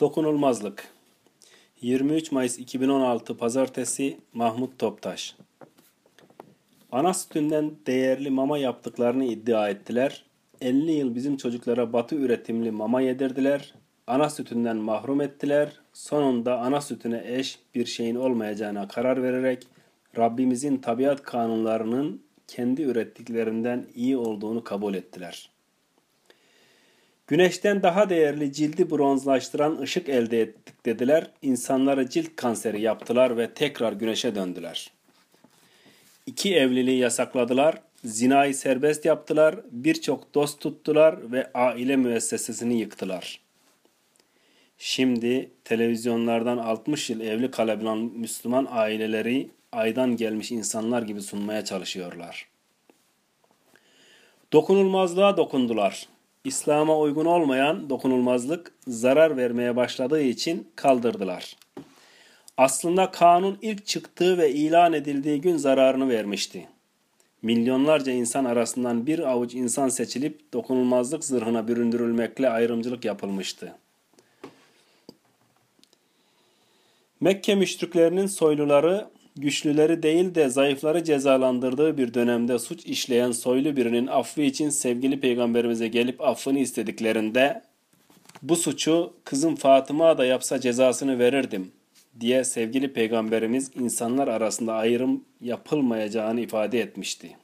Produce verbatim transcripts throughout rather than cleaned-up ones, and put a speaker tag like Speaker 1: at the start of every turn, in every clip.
Speaker 1: Dokunulmazlık. yirmi üç Mayıs iki bin on altı Pazartesi. Mahmut Toptaş. Ana sütünden değerli mama yaptıklarını iddia ettiler. elli yıl bizim çocuklara batı üretimli mama yedirdiler. Ana sütünden mahrum ettiler. Sonunda ana sütüne eş bir şeyin olmayacağına karar vererek Rabbimizin tabiat kanunlarının kendi ürettiklerinden iyi olduğunu kabul ettiler. Güneşten daha değerli cildi bronzlaştıran ışık elde ettik dediler. İnsanları cilt kanseri yaptılar ve tekrar güneşe döndüler. İki evliliği yasakladılar, zinayı serbest yaptılar, birçok dost tuttular ve aile müessesesini yıktılar. Şimdi televizyonlardan altmış yıl evli kalabilen Müslüman aileleri aydan gelmiş insanlar gibi sunmaya çalışıyorlar. Dokunulmazlığa dokundular. İslam'a uygun olmayan dokunulmazlık zarar vermeye başladığı için kaldırdılar. Aslında kanun ilk çıktığı ve ilan edildiği gün zararını vermişti. Milyonlarca insan arasından bir avuç insan seçilip dokunulmazlık zırhına büründürülmekle ayrımcılık yapılmıştı. Mekke müşriklerinin soyluları, güçlüleri değil de zayıfları cezalandırdığı bir dönemde suç işleyen soylu birinin affı için sevgili peygamberimize gelip affını istediklerinde bu suçu kızım Fatıma da yapsa cezasını verirdim diye sevgili peygamberimiz insanlar arasında ayrım yapılmayacağını ifade etmişti.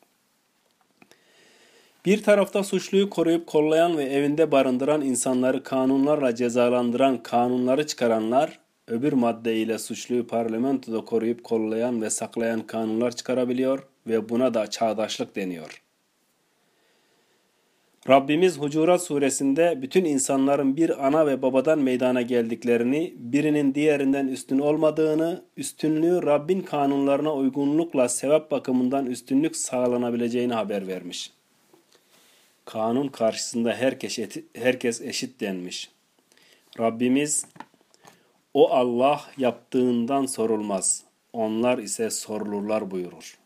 Speaker 1: Bir tarafta suçluyu koruyup kollayan ve evinde barındıran insanları kanunlarla cezalandıran kanunları çıkaranlar, öbür maddeyle suçluyu parlamentoda koruyup kollayan ve saklayan kanunlar çıkarabiliyor ve buna da çağdaşlık deniyor. Rabbimiz Hucurat suresinde bütün insanların bir ana ve babadan meydana geldiklerini, birinin diğerinden üstün olmadığını, üstünlüğü Rabbin kanunlarına uygunlukla sevap bakımından üstünlük sağlanabileceğini haber vermiş. Kanun karşısında herkes, herkes eşit denmiş. Rabbimiz, o Allah yaptığından sorulmaz, onlar ise sorulurlar buyurur.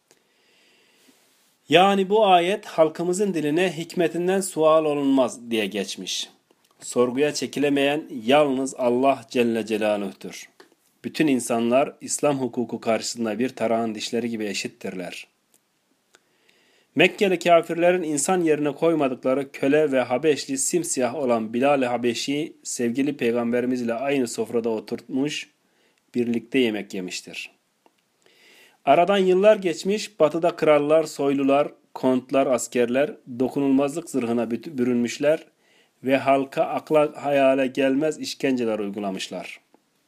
Speaker 1: Yani bu ayet halkımızın diline hikmetinden sual olunmaz diye geçmiş. Sorguya çekilemeyen yalnız Allah Celle Celaluh'tür. Bütün insanlar İslam hukuku karşısında bir tarağın dişleri gibi eşittirler. Mekkeli kafirlerin insan yerine koymadıkları köle ve Habeşli simsiyah olan Bilal-i Habeşi sevgili peygamberimizle aynı sofrada oturtmuş, birlikte yemek yemiştir. Aradan yıllar geçmiş, batıda krallar, soylular, kontlar, askerler dokunulmazlık zırhına bürünmüşler ve halka akla hayale gelmez işkenceler uygulamışlar.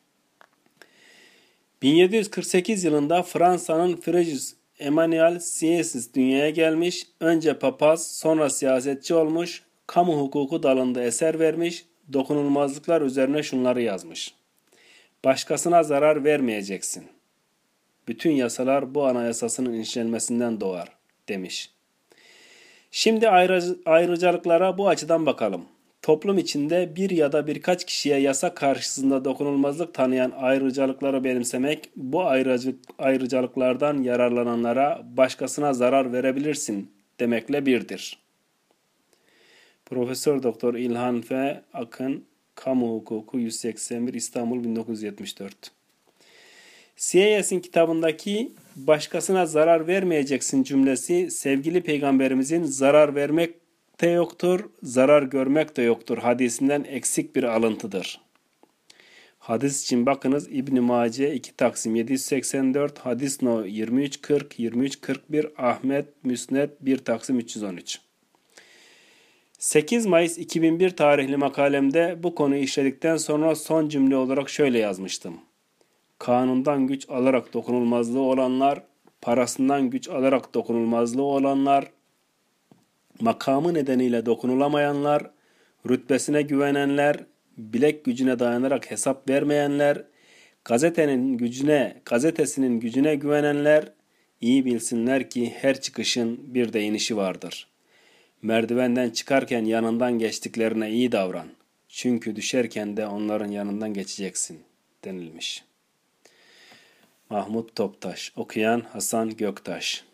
Speaker 1: bin yedi yüz kırk sekiz yılında Fransa'nın Fréjus Emmanuel Sieyès dünyaya gelmiş, önce papaz, sonra siyasetçi olmuş, kamu hukuku dalında eser vermiş, dokunulmazlıklar üzerine şunları yazmış. Başkasına zarar vermeyeceksin. Bütün yasalar bu anayasasının işlenmesinden doğar, demiş. Şimdi ayrıcalıklara bu açıdan bakalım. Toplum içinde bir ya da birkaç kişiye yasa karşısında dokunulmazlık tanıyan ayrıcalıkları benimsemek, bu ayrıcalıklardan yararlananlara başkasına zarar verebilirsin demekle birdir. Profesör Doktor İlhan F. Akın, Kamu Hukuku yüz seksen bir İstanbul bin dokuz yüz yetmiş dört. Sieyes'in kitabındaki başkasına zarar vermeyeceksin cümlesi sevgili peygamberimizin zarar vermek de yoktur, zarar görmek de yoktur hadisinden eksik bir alıntıdır. Hadis için bakınız İbn-i Mace iki Taksim yedi yüz seksen dört, hadis no yirmi üç kırk, yirmi üç kırk bir, Ahmet Müsned bir Taksim üç yüz on üç. sekiz Mayıs iki bin bir tarihli makalemde bu konuyu işledikten sonra son cümle olarak şöyle yazmıştım. Kanundan güç alarak dokunulmazlığı olanlar, parasından güç alarak dokunulmazlığı olanlar, makamı nedeniyle dokunulamayanlar, rütbesine güvenenler, bilek gücüne dayanarak hesap vermeyenler, gazetenin gücüne, gazetesinin gücüne güvenenler, iyi bilsinler ki her çıkışın bir de inişi vardır. Merdivenden çıkarken yanından geçtiklerine iyi davran. Çünkü düşerken de onların yanından geçeceksin denilmiş. Mahmut Toptaş, okuyan Hasan Göktaş.